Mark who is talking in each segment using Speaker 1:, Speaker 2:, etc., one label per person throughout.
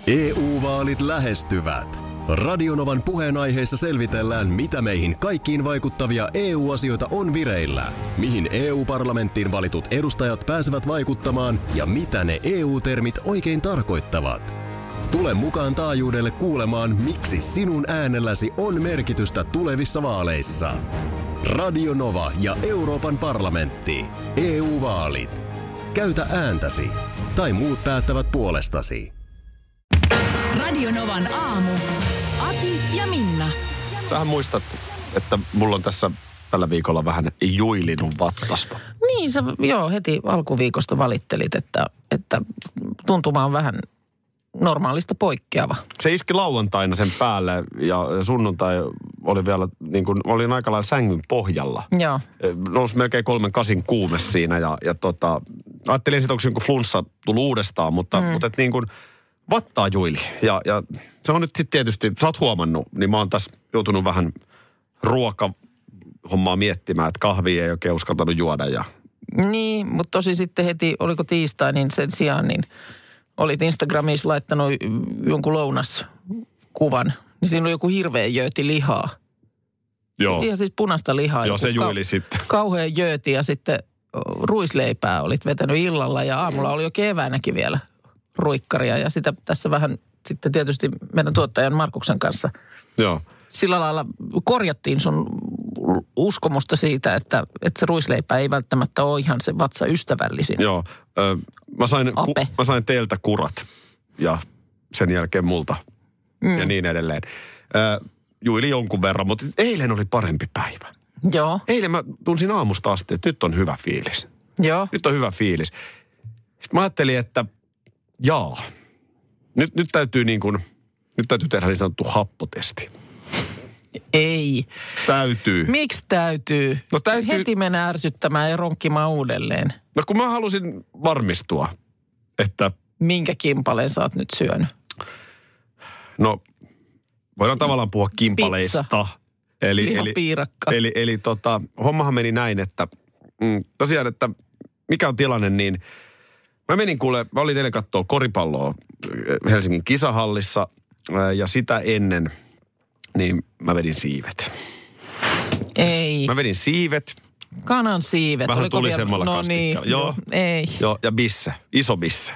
Speaker 1: EU-vaalit lähestyvät. Radionovan puheenaiheessa selvitellään, mitä meihin kaikkiin vaikuttavia EU-asioita on vireillä, mihin EU-parlamenttiin valitut edustajat pääsevät vaikuttamaan ja mitä ne EU-termit oikein tarkoittavat. Tule mukaan taajuudelle kuulemaan, miksi sinun äänelläsi on merkitystä tulevissa vaaleissa. Radio Nova ja Euroopan parlamentti. EU-vaalit. Käytä ääntäsi. Tai muut päättävät puolestasi.
Speaker 2: Radio Novan aamu. Ati ja Minna.
Speaker 3: Sähän muistat, että mulla on tässä tällä viikolla vähän juilinut vattasta.
Speaker 4: Niin, sä heti alkuviikosta valittelit, että tuntuma on vähän normaalista poikkeava.
Speaker 3: Se iski lauantaina sen päälle ja sunnuntai oli vielä niin kuin, olin aika lailla sängyn pohjalla.
Speaker 4: Joo.
Speaker 3: Nousi melkein 3-8 kuume siinä ja ajattelin sitten, onko se niin flunssa tullut uudestaan, mutta et niin kuin vattaa juili. Ja se on nyt sitten tietysti, sä oot huomannut, niin mä oon tässä joutunut vähän ruokahommaa miettimään, että kahvia ei oikein uskaltanut juoda.
Speaker 4: Niin, mutta tosi sitten heti, oliko tiistai, niin sen sijaan, niin olit Instagramissa laittanut jonkun lounaskuvan, niin siinä oli joku hirveä jööti lihaa.
Speaker 3: Joo.
Speaker 4: Ihan siis punaista lihaa.
Speaker 3: Joo, se juili sitten.
Speaker 4: Kauhean jööti ja sitten ruisleipää olit vetänyt illalla ja aamulla oli jo keväänäkin vielä ruikkaria. Ja sitä tässä vähän sitten tietysti meidän tuottajan Markuksen kanssa
Speaker 3: Joo.
Speaker 4: Sillä lailla korjattiin sun uskomusta siitä, että se ruisleipä ei välttämättä ole ihan se vatsaystävällisin.
Speaker 3: Joo. Mä sain teiltä kurat ja sen jälkeen multa ja niin edelleen. Juili jonkun verran, mutta eilen oli parempi päivä.
Speaker 4: Joo.
Speaker 3: Eilen mä tunsin aamusta asti, että nyt on hyvä fiilis.
Speaker 4: Joo.
Speaker 3: Nyt on hyvä fiilis. Sitten mä ajattelin, että nyt täytyy tehdä niin sanottu happotesti.
Speaker 4: Ei.
Speaker 3: Täytyy.
Speaker 4: Miksi täytyy?
Speaker 3: No täytyy.
Speaker 4: Heti mennä ärsyttämään ja ronkkimaan uudelleen.
Speaker 3: No kun mä halusin varmistua, että
Speaker 4: minkä kimpaleen sä oot nyt syönyt?
Speaker 3: No, voidaan tavallaan puhua kimpaleista.
Speaker 4: Pizza. Lihapiirakka.
Speaker 3: Eli hommahan meni näin, että tosiaan, että mikä on tilanne, niin mä olin eilen katsoa koripalloa Helsingin kisahallissa ja sitä ennen, niin mä vedin siivet.
Speaker 4: Ei.
Speaker 3: Mä vedin siivet.
Speaker 4: Kanan siivet.
Speaker 3: Vähän tulisemmalla kastikkeella.
Speaker 4: Niin, joo. Ei.
Speaker 3: Joo, ja bisse. Iso bisse.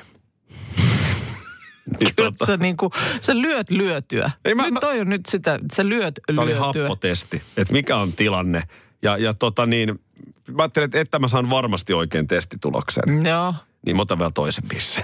Speaker 4: Sä lyöt lyötyä. Toi on nyt sitä, sä lyöt lyötyä.
Speaker 3: Tämä oli happotesti, että mikä on tilanne. Ja mä ajattelin, että mä saan varmasti oikein testituloksen.
Speaker 4: Joo.
Speaker 3: Niin mä otan vielä toisen bissen.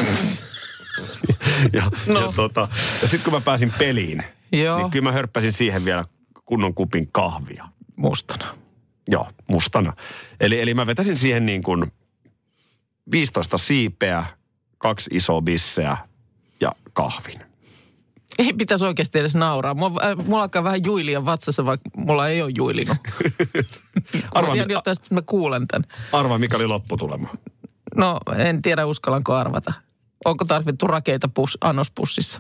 Speaker 3: ja sitten kun mä pääsin peliin, niin kyllä mä hörppäsin siihen vielä kunnon kupin kahvia.
Speaker 4: Mustana.
Speaker 3: Joo, mustana. Eli mä vetäsin siihen niin kuin 15 siipeä, 2 isoa bisseä ja kahvin.
Speaker 4: Ei pitäisi oikeasti edes nauraa. Mulla alkaa vähän juilia vatsassa, vaikka mulla ei ole juilinut. Mä kuulen tämän.
Speaker 3: Arvaa, mikä oli lopputulema.
Speaker 4: No, en tiedä, uskallanko arvata. Onko tarvittu rakeita annospussissa?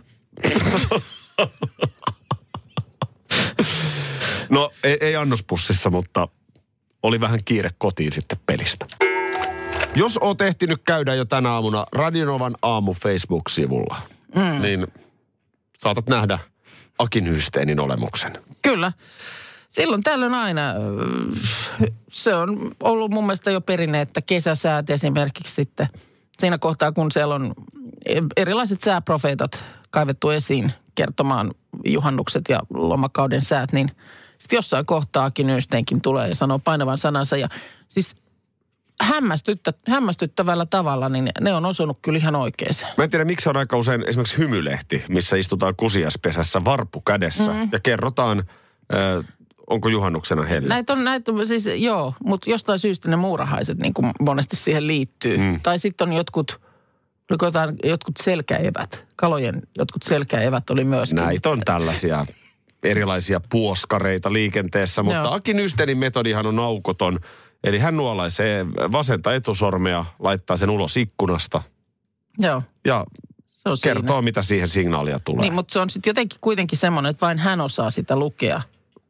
Speaker 3: No, ei annospussissa, mutta oli vähän kiire kotiin sitten pelistä. Jos oot ehtinyt käydä jo tänä aamuna Radionovan aamu Facebook-sivulla, niin saatat nähdä Akin Hysteenin olemuksen.
Speaker 4: Kyllä. Silloin tällöin aina, se on ollut mun mielestä jo perinne, että kesäsäät esimerkiksi sitten siinä kohtaa, kun siellä on erilaiset sääprofeetat kaivettu esiin kertomaan juhannukset ja lomakauden säät, niin sitten jossain kohtaa Akin Hysteenkin tulee ja sanoo painavan sanansa ja siis hämmästyttävällä tavalla, niin ne on osunut kyllä ihan oikeeseen.
Speaker 3: Mä en tiedä, miksi on aika usein esimerkiksi hymylehti, missä istutaan kusiaspesässä varppu kädessä ja kerrotaan, onko juhannuksena helle.
Speaker 4: Näitä on siis, joo, mutta jostain syystä ne muurahaiset niin kuin monesti siihen liittyy. Tai sitten on jotkut selkäevät, kalojen jotkut selkäevät oli myöskin.
Speaker 3: Näitä on tällaisia erilaisia puoskareita liikenteessä, mutta Akin Hysteenin metodihan on aukoton. Eli hän nuolaisee vasenta etusormea, laittaa sen ulos ikkunasta.
Speaker 4: Joo.
Speaker 3: Ja kertoo, mitä siihen signaalia tulee.
Speaker 4: Niin, mutta se on sitten jotenkin kuitenkin semmoinen, että vain hän osaa sitä lukea.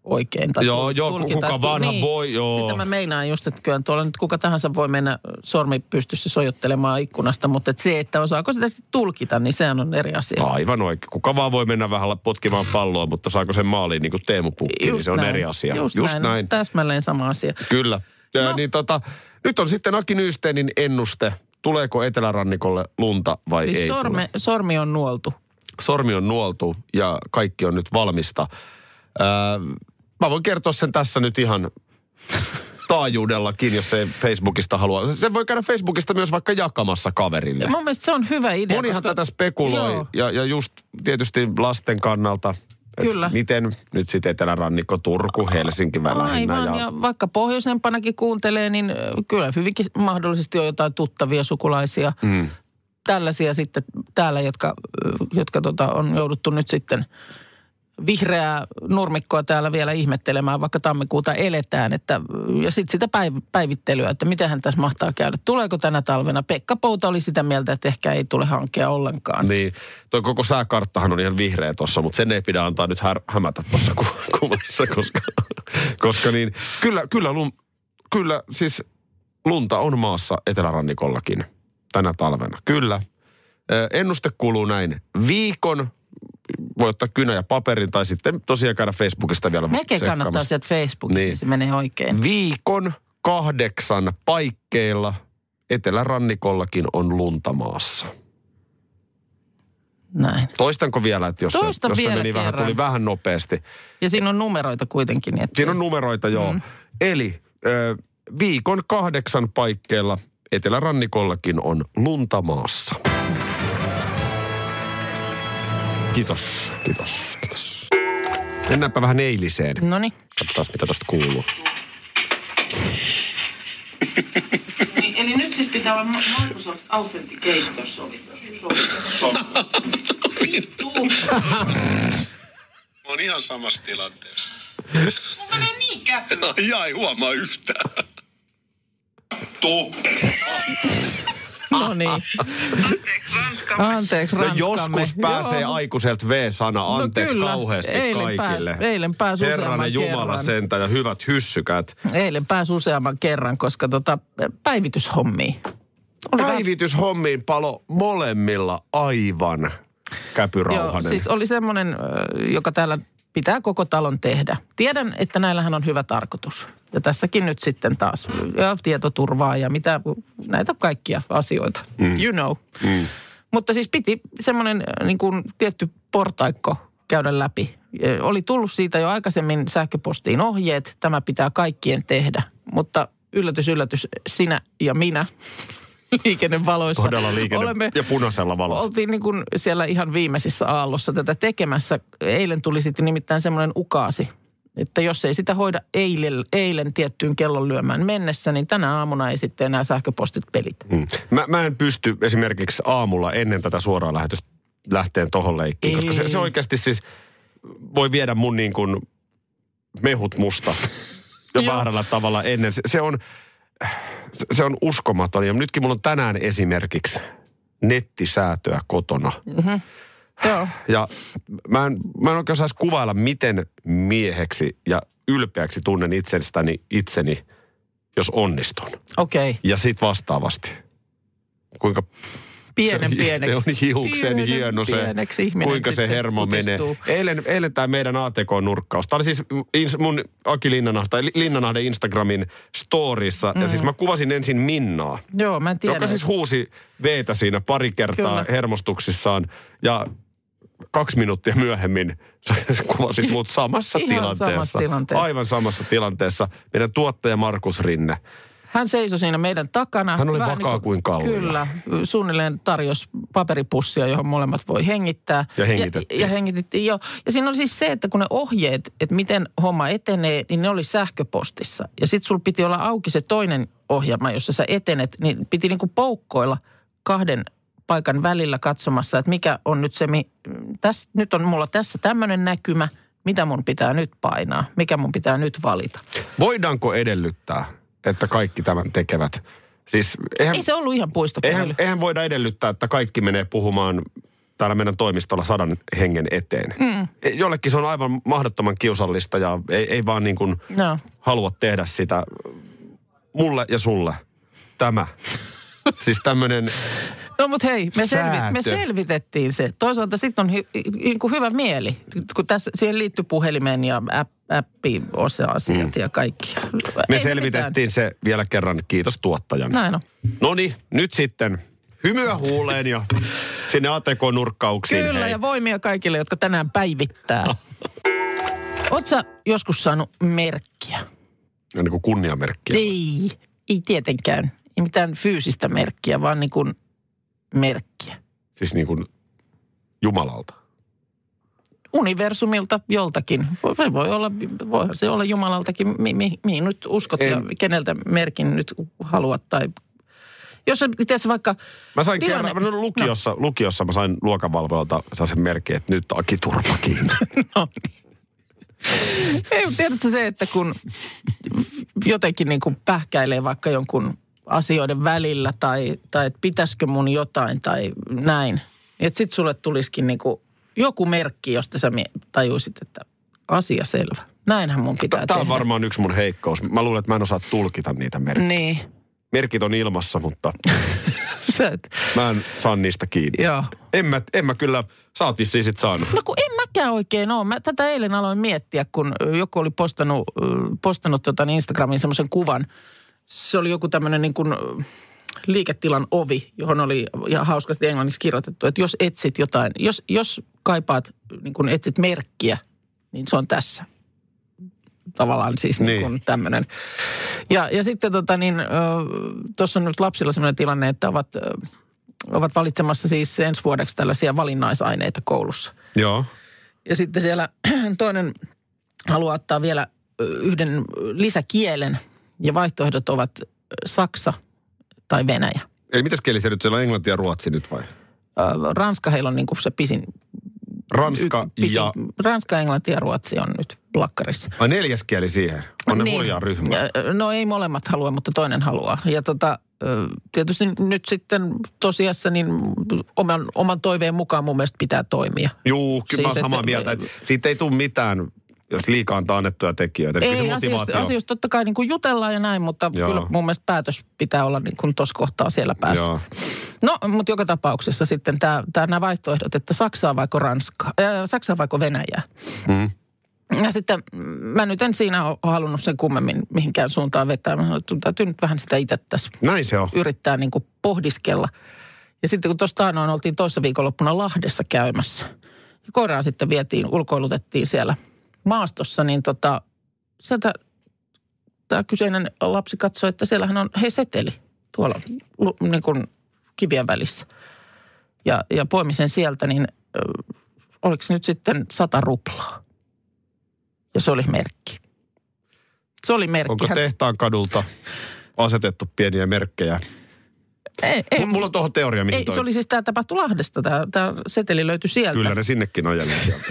Speaker 4: oikein. Tai
Speaker 3: Joo, kuka vanha
Speaker 4: niin,
Speaker 3: voi, joo.
Speaker 4: Sitä mä meinaan just, että kyllä tuolla nyt kuka tahansa voi mennä sormi pystyssä sojottelemaan ikkunasta, mutta että osaako sitä sitten tulkita, niin sehän on eri asia.
Speaker 3: Aivan oikein. Kuka vaan voi mennä vähän potkimaan palloa, mutta saako sen maaliin niin kuin Teemu Pukki, niin se on eri asia.
Speaker 4: Just näin. Täsmälleen sama asia.
Speaker 3: Kyllä. Niin nyt on sitten Aki Nysteenin ennuste. Tuleeko etelärannikolle lunta vai
Speaker 4: Siis
Speaker 3: ei tule?
Speaker 4: Sormi on nuoltu.
Speaker 3: Sormi on nuoltu ja kaikki on nyt valmista. Mä voin kertoa sen tässä nyt ihan taajuudellakin, jos ei Facebookista halua. Sen voi käydä Facebookista myös vaikka jakamassa kaverille.
Speaker 4: Mun mielestä se on hyvä idea.
Speaker 3: Monihan tätä spekuloi ja just tietysti lasten kannalta.
Speaker 4: Kyllä.
Speaker 3: Miten nyt sitten etelärannikko, Turku, Helsinki lähinnä.
Speaker 4: Aivan, ja vaikka pohjoisempanakin kuuntelee, niin kyllä hyvinkin mahdollisesti on jotain tuttavia sukulaisia. Tällaisia sitten täällä, jotka on jouduttu nyt sitten vihreää nurmikkoa täällä vielä ihmettelemään, vaikka tammikuuta eletään. Ja sitten sitä päivittelyä, että mitenhän tässä mahtaa käydä. Tuleeko tänä talvena? Pekka Pouta oli sitä mieltä, että ehkä ei tule hankkia ollenkaan.
Speaker 3: Niin, toi koko sääkarttahan on ihan vihreä tuossa, mutta sen ei pidä antaa nyt hämätä tuossa kuvassa, koska niin, kyllä siis lunta on maassa etelärannikollakin tänä talvena. Kyllä. Ennuste kuuluu näin. Viikon voi ottaa kynä ja paperin tai sitten tosiaan käydä Facebookista vielä
Speaker 4: melkein kannattaa sieltä Facebookista, niin se menee oikein.
Speaker 3: Viikon 8 paikkeilla etelärannikollakin on lunta maassa.
Speaker 4: Näin.
Speaker 3: Toistanko vielä, että jos se meni vähän, tuli vähän nopeasti.
Speaker 4: Ja siinä on numeroita kuitenkin. Että...
Speaker 3: Siinä on numeroita, joo. Eli viikon 8 paikkeilla etelärannikollakin on lunta maassa. Kiitos. Mennäänpä vähän eiliseen.
Speaker 4: Noniin.
Speaker 3: Katsotaan, mitä tosta kuuluu.
Speaker 4: Niin, eli nyt sitten pitää olla Microsoft Authenticator sovittu.
Speaker 3: On ihan samassa tilanteessa.
Speaker 4: Mun menee niin käpy.
Speaker 3: Ai huomaa yhtään.
Speaker 4: No niin. Anteeksi, ranskamme.
Speaker 3: Joskus pääsee aikuiselta V-sana. Anteeksi kauheasti kaikille.
Speaker 4: Eilen pääsi useamman
Speaker 3: Herranen Jumala
Speaker 4: kerran.
Speaker 3: sentä ja hyvät hyssykät.
Speaker 4: Eilen pääsi useamman kerran, koska päivityshommiin.
Speaker 3: Päivityshommiin palo molemmilla aivan käpyrauhanen.
Speaker 4: Joo, siis oli semmoinen, joka täällä pitää koko talon tehdä. Tiedän, että näillähän on hyvä tarkoitus. Ja tässäkin nyt sitten taas ja tietoturvaa ja mitä näitä kaikkia asioita. You know. Mutta siis piti semmoinen niin kuin tietty portaikko käydä läpi. Oli tullut siitä jo aikaisemmin sähköpostiin ohjeet. Tämä pitää kaikkien tehdä. Mutta yllätys, sinä ja minä liikennevaloissa.
Speaker 3: Todella ja punaisella valolla.
Speaker 4: Oltiin niin kuin siellä ihan viimeisissä aallossa tätä tekemässä. Eilen tuli sitten nimittäin semmoinen ukaasi, että jos ei sitä hoida eilen tiettyyn kellonlyömään mennessä, niin tänä aamuna ei sitten enää sähköpostit pelitä.
Speaker 3: Mä en pysty esimerkiksi aamulla ennen tätä suoraa lähetystä lähteen tohon leikkiin, koska se oikeasti siis voi viedä mun niin kuin mehut musta jo väärällä tavalla ennen. Se on uskomaton. Ja nytkin mulla on tänään esimerkiksi nettisäätöä kotona.
Speaker 4: Joo.
Speaker 3: Ja mä en oikein saisi kuvailla, miten mieheksi ja ylpeäksi tunnen itseni, jos onnistun.
Speaker 4: Okei. Okay.
Speaker 3: Ja sit vastaavasti. Kuinka
Speaker 4: pieneksi.
Speaker 3: Se on hiuksen hieno se, kuinka se hermo menee. Eilen tämä meidän ATK-nurkkaus. Tämä oli siis mun Aki Linnanahden Instagramin storissa. Ja siis mä kuvasin ensin Minnaa.
Speaker 4: Joo, mä en tiedä.
Speaker 3: Joka siis huusi veetä siinä pari kertaa hermostuksissaan. Ja 2 minuuttia myöhemmin sä kuvasit mut samassa tilanteessa. Aivan samassa tilanteessa. Meidän tuottaja Markus Rinne.
Speaker 4: Hän seisoi siinä meidän takana.
Speaker 3: Hän oli vakaa kuin kallio.
Speaker 4: Kyllä. Suunnilleen tarjosi paperipussia, johon molemmat voi hengittää.
Speaker 3: Ja hengitettiin.
Speaker 4: Ja hengitettiin, joo. Ja siinä oli siis se, että kun ne ohjeet, että miten homma etenee, niin ne oli sähköpostissa. Ja sitten sulla piti olla auki se toinen ohjelma, jossa sä etenet, niin piti niinku poukkoilla 2 paikan välillä katsomassa, että mikä on nyt se, nyt on mulla tässä tämmöinen näkymä, mitä mun pitää nyt painaa, mikä mun pitää nyt valita.
Speaker 3: Voidaanko edellyttää, että kaikki tämän tekevät? Siis
Speaker 4: ei se ollut ihan puistokävely.
Speaker 3: Eihän voida edellyttää, että kaikki menee puhumaan täällä meidän toimistolla 100 hengen eteen. Jollekin se on aivan mahdottoman kiusallista ja ei vaan niin kuin halua tehdä sitä mulle ja sulle. Tämä. Siis tämmöinen
Speaker 4: No mutta hei, me selvitettiin se. Toisaalta sitten on niin hyvä mieli, kun tässä siihen liittyy puhelimeen ja appi-osa-asiat ja kaikki.
Speaker 3: Me selvitettiin se vielä kerran. Kiitos tuottajan.
Speaker 4: Näin on.
Speaker 3: Noniin, nyt sitten hymyä huuleen ja sinne ATK-nurkkauksiin.
Speaker 4: Kyllä, ja voimia kaikille, jotka tänään päivittää. Ootko sä joskus saanut merkkiä?
Speaker 3: Ja niin kuin kunniamerkkiä.
Speaker 4: Ei tietenkään. Ei mitään fyysistä merkkiä, vaan niin kuin merkkiä.
Speaker 3: Siis niin kuin Jumalalta.
Speaker 4: Universumilta joltakin. Voihan se olla Jumalaltakin, mihin nyt uskot ja keneltä merkin nyt haluat. Tai jos sä tiedät vaikka...
Speaker 3: Mä sain lukiossa mä sain luokanvalvojalta sellaisen merkin, että nyt Aki turpa kiinni.
Speaker 4: No. Ei, tiedätkö se, että kun jotenkin niin kuin pähkäilee vaikka jonkun asioiden välillä tai että pitäisikö mun jotain tai näin. Että sit sulle tulisikin niin kuin joku merkki, josta sä tajuisit, että asia selvä. Näinhän mun pitää tehdä.
Speaker 3: Tämä on varmaan yksi mun heikkous. Mä luulen, että mä en osaa tulkita niitä merkkejä.
Speaker 4: Niin.
Speaker 3: Merkit on ilmassa, mutta mä en saa niistä kiinni.
Speaker 4: Joo.
Speaker 3: En mä kyllä, sä oot vissiin sit saanut.
Speaker 4: No kun en mäkään oikein ole. Mä tätä eilen aloin miettiä, kun joku oli postannut Instagramiin semmoisen kuvan. Se oli joku tämmöinen niin kuin liiketilan ovi, johon oli ja hauskasti englanniksi kirjoitettu, että jos etsit jotain, jos kaipaat, niin kuin etsit merkkiä, niin se on tässä. Tavallaan siis niin kuin tämmöinen. Ja sitten tuossa on nyt lapsilla semmoinen tilanne, että ovat valitsemassa siis ensi vuodeksi tällaisia valinnaisaineita koulussa.
Speaker 3: Joo.
Speaker 4: Ja sitten siellä toinen haluaa ottaa vielä yhden lisäkielen ja vaihtoehdot ovat Saksa tai Venäjä.
Speaker 3: Eli mitäs kielisiä nyt? Siellä on englanti ja ruotsi nyt vai?
Speaker 4: Ranska heillä on niin kuin se pisin. Ranska, englanti ja ruotsi on nyt plakkarissa.
Speaker 3: Ai 4. kieli siihen? On ne hurjaa ryhmää.
Speaker 4: No ei molemmat halua, mutta toinen haluaa. Ja tietysti nyt sitten tosiassa niin oman toiveen mukaan mun mielestä pitää toimia.
Speaker 3: Juu, kyllä siis, mä samaa mieltä, että siitä ei tule mitään, jos liikaa on annettuja tekijöitä.
Speaker 4: Ei, asioista totta kai niin kuin jutellaan ja näin, mutta kyllä mun mielestä päätös pitää olla niin kuin tuossa kohtaa siellä päässä. Joo. No, mutta joka tapauksessa sitten nämä vaihtoehdot, että Saksaa vaiko Venäjää. Ja sitten mä nyt en siinä ole halunnut sen kummemmin mihinkään suuntaan vetää. Mä sanoin, että täytyy nyt vähän sitä itse tässä
Speaker 3: näin se on.
Speaker 4: Yrittää niin kuin pohdiskella. Ja sitten kun tuosta ainoin oltiin toissa viikonloppuna Lahdessa käymässä. Ja koiraa sitten ulkoilutettiin siellä maastossa, niin sieltä tämä kyseinen lapsi katsoi, että siellähän on seteli tuolla niin kuin kivien välissä. Ja poimi sen sieltä, niin oliko se nyt sitten 100 ruplaa? Ja se oli merkki. Se oli merkki.
Speaker 3: Onko tehtaan kadulta asetettu pieniä merkkejä?
Speaker 4: Ei.
Speaker 3: Mulla on tuohon teoria, mihin
Speaker 4: se oli siis, tämä tapahtui Lahdesta. Tämä seteli löytyi sieltä.
Speaker 3: Kyllä ne sinnekin ajelee sieltä.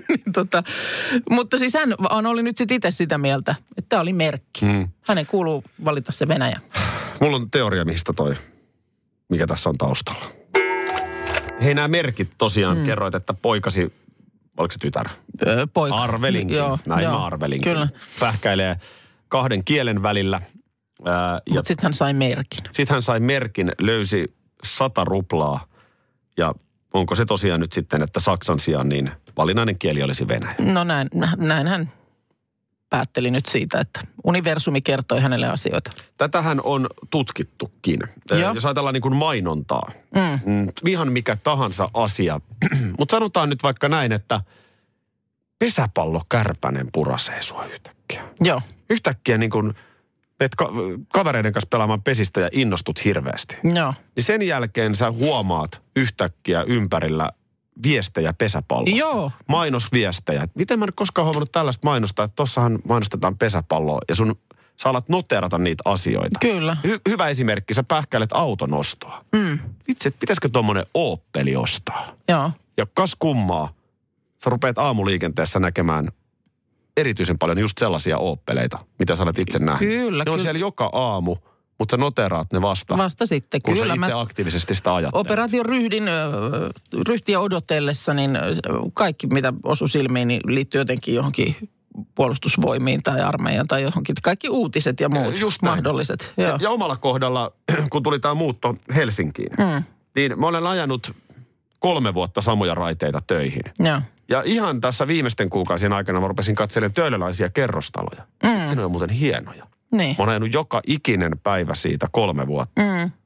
Speaker 4: Mutta siis hän oli nyt sitten itse sitä mieltä, että tämä oli merkki. Hänen kuuluu valita se Venäjä.
Speaker 3: Mulla on teoria, mikä tässä on taustalla. Hei, nämä merkit tosiaan kerroit, että poikasi, oliko se tytär?
Speaker 4: Poika.
Speaker 3: Arvelinkin. Näin mä arvelinkin. Kyllä. Pähkäilee 2 kielen välillä.
Speaker 4: Mutta sitten hän sai merkin.
Speaker 3: Sitten hän sai merkin, löysi 100 ruplaa. Ja onko se tosiaan nyt sitten, että saksan sijaan niin valinnainen kieli olisi venäjä?
Speaker 4: No näin hän päätteli nyt siitä, että universumi kertoi hänelle asioita.
Speaker 3: Tätähän on tutkittukin. Jos ajatellaan niin kuin mainontaa. Ihan mikä tahansa asia. Mutta sanotaan nyt vaikka näin, että pesäpallokärpänen purasee sua yhtäkkiä.
Speaker 4: Joo.
Speaker 3: Yhtäkkiä niin kuin menet kavereiden kanssa pelaamaan pesistä ja innostut hirveästi.
Speaker 4: Joo.
Speaker 3: Niin sen jälkeen sä huomaat yhtäkkiä ympärillä viestejä pesäpallosta.
Speaker 4: Joo.
Speaker 3: Mainosviestejä. Miten mä en koskaan huomannut tällaista mainosta, että tossahan mainostetaan pesäpalloa ja sä alat noteerata niitä asioita.
Speaker 4: Kyllä.
Speaker 3: Hyvä esimerkki, sä pähkäilet auton ostoa. Itse, että pitäisikö tommonen Opeli ostaa?
Speaker 4: Joo.
Speaker 3: Ja kas kummaa, sä rupeat aamuliikenteessä näkemään erityisen paljon just sellaisia Opeleita, mitä sä olet itse nähnyt.
Speaker 4: Kyllä.
Speaker 3: Ne on siellä joka aamu mutta sä noteraat ne
Speaker 4: Vasta sitten,
Speaker 3: kun
Speaker 4: kyllä.
Speaker 3: sä itse aktiivisesti sitä ajattelet.
Speaker 4: Operaation ryhtiä odotellessa, niin kaikki mitä osui silmiin, niin liittyy jotenkin johonkin puolustusvoimiin tai armeijaan tai johonkin. Kaikki uutiset ja muut mahdolliset.
Speaker 3: Ja omalla kohdalla, kun tuli tämä muutto Helsinkiin, niin mä olen ajanut 3 vuotta samoja raiteita töihin. Ja ihan tässä viimeisten kuukausien aikana mä rupesin katselemaan töölöläisiä kerrostaloja. Siinä on muuten hienoja. Niin. Mä oon ajanut joka ikinen päivä siitä 3 vuotta.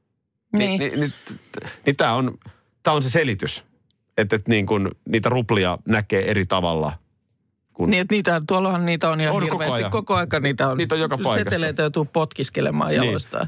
Speaker 3: Niin tää on se selitys, että niin kun niitä ruplia näkee eri tavalla.
Speaker 4: Niin, että tuollahan niitä on ihan hirveästi. Koko aika niitä on
Speaker 3: joka paikassa.
Speaker 4: Seteleitä joutuu potkiskelemaan jaloistaan.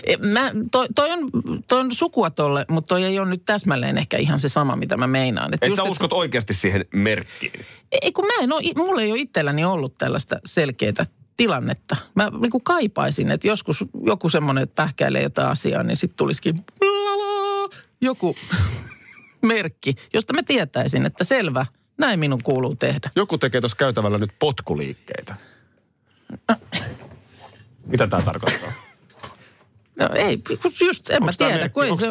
Speaker 4: Toi on sukua tolle, mutta toi ei ole nyt täsmälleen ehkä ihan se sama, mitä mä meinaan.
Speaker 3: Et sä uskot oikeasti siihen merkkiin?
Speaker 4: Ei, kun mulla ei ole itselläni ollut tällaista selkeää tilannetta. Mä niin kuin kaipaisin, että joskus joku semmoinen, että pähkäilee jotain asiaa, niin sitten tulisikin joku merkki, josta mä tietäisin, että selvä. Näin minun kuuluu tehdä.
Speaker 3: Joku tekee tuossa käytävällä nyt potkuliikkeitä. Mitä tämä tarkoittaa?
Speaker 4: No ei, just en mä tiedä.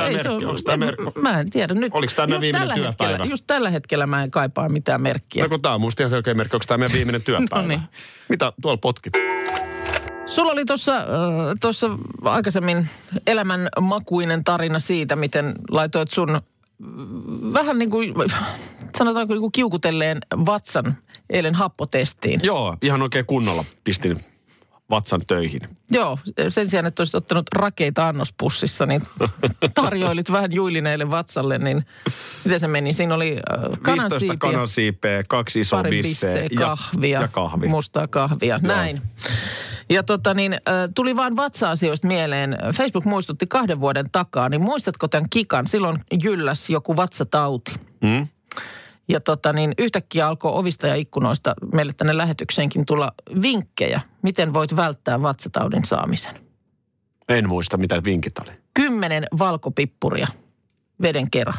Speaker 4: Mä en tiedä nyt.
Speaker 3: Oliko tämä meidän viimeinen työpäivä?
Speaker 4: Just tällä hetkellä mä en kaipaa mitään merkkiä.
Speaker 3: No kun tämä on musta ihan selkeä merkki. Onko tämä meidän viimeinen työpäivä?
Speaker 4: No niin.
Speaker 3: Mitä tuolla potkit?
Speaker 4: Sulla oli tuossa aikaisemmin elämänmakuinen tarina siitä, miten laitoit sun vähän niin kuin, sanotaanko niin kuin kiukutelleen vatsan eilen happotestiin.
Speaker 3: Joo, ihan oikein kunnolla pistin vatsan töihin.
Speaker 4: Joo, sen sijaan, että olisit ottanut rakeita annospussissa, niin tarjoilit vähän juilineille vatsalle, niin miten se meni? Siinä oli
Speaker 3: 15 kanansiipeä, 2 isoa bisseä ja kahvi.
Speaker 4: Mustaa kahvia, joo. Näin. Ja tuli vaan vatsa-asioista mieleen. Facebook muistutti 2 vuoden takaa, niin muistatko tämän kikan? Silloin jylläs joku vatsatauti. Ja yhtäkkiä alkoi ovista ja ikkunoista meille tänne lähetykseenkin tulla vinkkejä, miten voit välttää vatsataudin saamisen.
Speaker 3: En muista, mitä vinkit oli. 10
Speaker 4: valkopippuria veden kerran.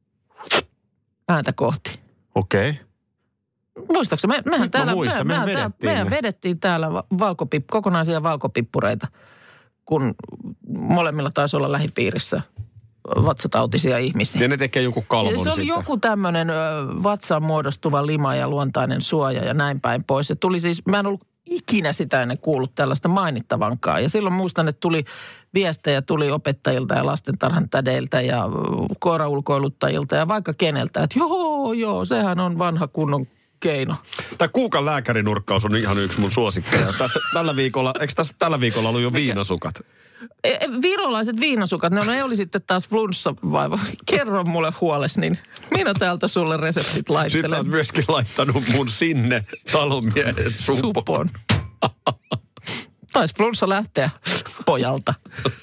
Speaker 4: Ääntä kohti.
Speaker 3: Okei.
Speaker 4: Muistatko? Mehän vedettiin täällä kokonaisia valkopippureita, kun molemmilla taisi olla lähipiirissä vatsatautisia ihmisiä.
Speaker 3: Ja ne tekee joku kalvon sitten.
Speaker 4: Se oli joku tämmöinen vatsaan muodostuva lima ja luontainen suoja ja näin päin pois. Ja tuli siis, mä en ollut ikinä sitä ennen kuullut tällaista mainittavankaan. Ja silloin muistan, että tuli viestejä, tuli opettajilta ja lastentarhan tädeiltä ja koiraulkoiluttajilta ja vaikka keneltä. Että joo, sehän on vanha kunnon keino.
Speaker 3: Tämä Kuukan lääkärinurkkaus on ihan yksi mun suosikkeja. Eikö tässä tällä viikolla ollut jo viinasukat?
Speaker 4: Virolaiset viinasukat, ne oli sitten taas flunssavaiva. Kerro mulle huoles, niin minä täältä sulle reseptit laittelen.
Speaker 3: Sitten sä oot myöskin laittanut mun sinne talonmiehen supon.
Speaker 4: Taisi flunssa lähteä pojalta.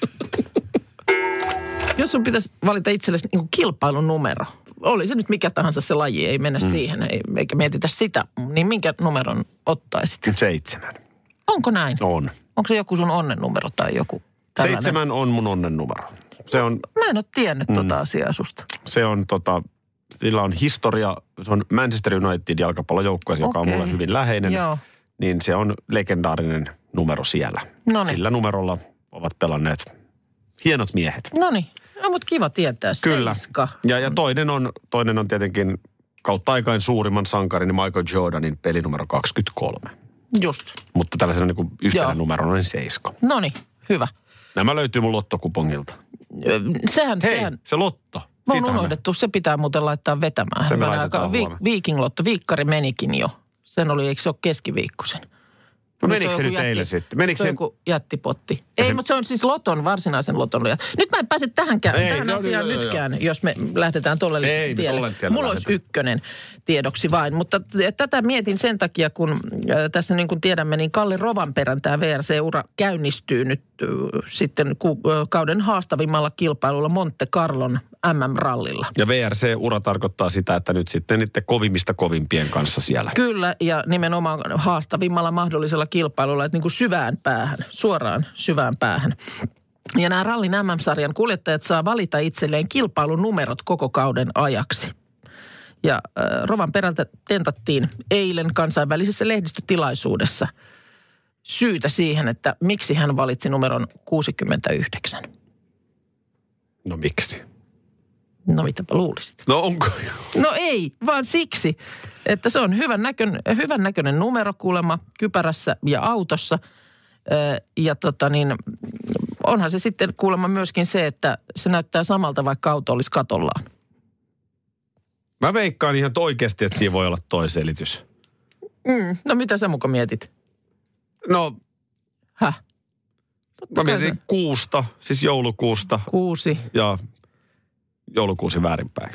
Speaker 4: Jos sun pitäisi valita itsellesi niin kuin kilpailunumero, oli se nyt mikä tahansa se laji, ei mennä siihen, eikä mietitä sitä, niin minkä numeron ottaisit?
Speaker 3: 7.
Speaker 4: Onko näin?
Speaker 3: On.
Speaker 4: Onko se joku sun onnennumero tai joku tällainen?
Speaker 3: 7 on mun onnennumero. Se on,
Speaker 4: mä en ole tiennyt tota asiaa susta.
Speaker 3: Se on sillä on historia, se on Manchester United jalkapallojoukkueessa, joka on mulle hyvin läheinen. Joo. Niin se on legendaarinen numero siellä. Noniin. Sillä numerolla ovat pelanneet hienot miehet.
Speaker 4: Noniin. No, mutta kiva tietää.
Speaker 3: Kyllä.
Speaker 4: 7.
Speaker 3: Ja toinen on tietenkin kautta aikain suurimman sankarin Michael Jordanin pelinumero 23.
Speaker 4: Just.
Speaker 3: Mutta tällaisena niin kuin yhtenä numerona niin 7.
Speaker 4: Noniin, hyvä. Nämä
Speaker 3: löytyy mun lottokupongilta.
Speaker 4: Sehän.
Speaker 3: Se lotto.
Speaker 4: Mä oon unohdettu. Se pitää muuten laittaa vetämään.
Speaker 3: Se me laitetaan huomenna.
Speaker 4: Viiking-lotto. Viikkari menikin jo. Sen oli, eikö se ole keskiviikkosen?
Speaker 3: No menikö se nyt eilen sitten? Menikö se
Speaker 4: joku jättipotti? Ei, mutta se on siis varsinaisen loton. Nyt mä en pääse tähän asiaan nytkään, jos me lähdetään tolle tielle. Mulla olisi 1 tiedoksi vain. Mutta tätä mietin sen takia, kun tässä niin kuin tiedämme, niin Kalli Rovanperän tämä VRC-ura käynnistyy nyt sitten kauden haastavimmalla kilpailulla Monte Carlon MM-rallilla.
Speaker 3: Ja VRC-ura tarkoittaa sitä, että nyt sitten niiden kovimmista kovimpien kanssa siellä.
Speaker 4: Kyllä, ja nimenomaan haastavimmalla mahdollisella kilpailulla, että niin kuin syvään päähän, suoraan syvään päähän. Ja nämä rallin MM-sarjan kuljettajat saa valita itselleen kilpailunumerot koko kauden ajaksi. Ja Rovanperältä tentattiin eilen kansainvälisessä lehdistötilaisuudessa syytä siihen, että miksi hän valitsi numeron 69.
Speaker 3: No miksi?
Speaker 4: No mitäpä luulisit?
Speaker 3: No onko?
Speaker 4: No ei, vaan siksi, että se on hyvän näköinen numero kuulemma kypärässä ja autossa. Ja onhan se sitten kuulemma myöskin se, että se näyttää samalta, vaikka auto olisi katollaan.
Speaker 3: Mä veikkaan ihan oikeasti, että siinä voi olla toi selitys.
Speaker 4: No mitä sä muka mietit?
Speaker 3: No,
Speaker 4: Häh?
Speaker 3: mä mietin kuusta, siis joulukuusta.
Speaker 4: 6.
Speaker 3: Ja joulukuusi väärinpäin.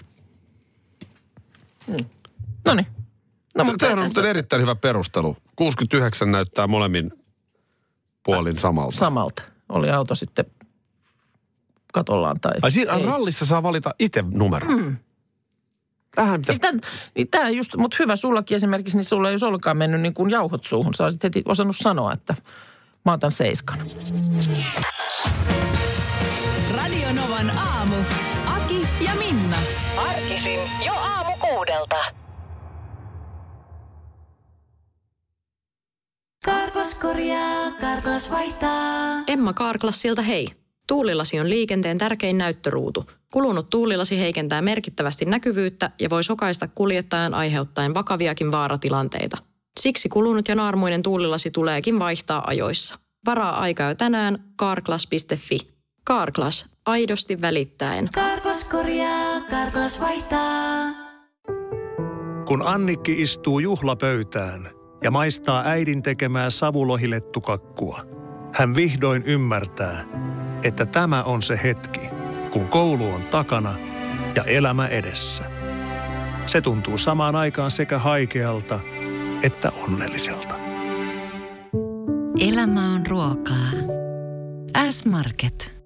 Speaker 4: Noniin. No,
Speaker 3: Sehän on muuten erittäin hyvä perustelu. 69 näyttää molemmin puolin samalta.
Speaker 4: Samalta. Oli auto sitten katollaan tai
Speaker 3: Ai siinä
Speaker 4: ei.
Speaker 3: rallissa saa valita itse numeron. Tähän pitäisi...
Speaker 4: Tämä just, mutta hyvä sullakin esimerkiksi, niin sulla ei olisi ollenkaan mennyt niin kuin jauhot suuhun. Sä olisit heti osannut sanoa, että mä otan 7.
Speaker 2: Radio Novan aamu. Aki ja Minna.
Speaker 5: Arkisin jo aamu 6.
Speaker 6: Karklas korjaa, Karklas vaihtaa.
Speaker 7: Emma Karklassilta hei. Tuulilasi on liikenteen tärkein näyttöruutu. Kulunut tuulilasi heikentää merkittävästi näkyvyyttä ja voi sokaista kuljettajan aiheuttaen vakaviakin vaaratilanteita. Siksi kulunut ja naarmuinen tuulilasi tuleekin vaihtaa ajoissa. Varaa aikaa jo tänään karklas.fi. Karklas, aidosti välittäen.
Speaker 6: Karklas korjaa, Karklas vaihtaa.
Speaker 8: Kun Annikki istuu juhlapöytään ja maistaa äidin tekemää savulohilettukakkua, hän vihdoin ymmärtää, että tämä on se hetki, kun koulu on takana ja elämä edessä. Se tuntuu samaan aikaan sekä haikealta että onnelliselta.
Speaker 9: Elämä on ruokaa. S-Market.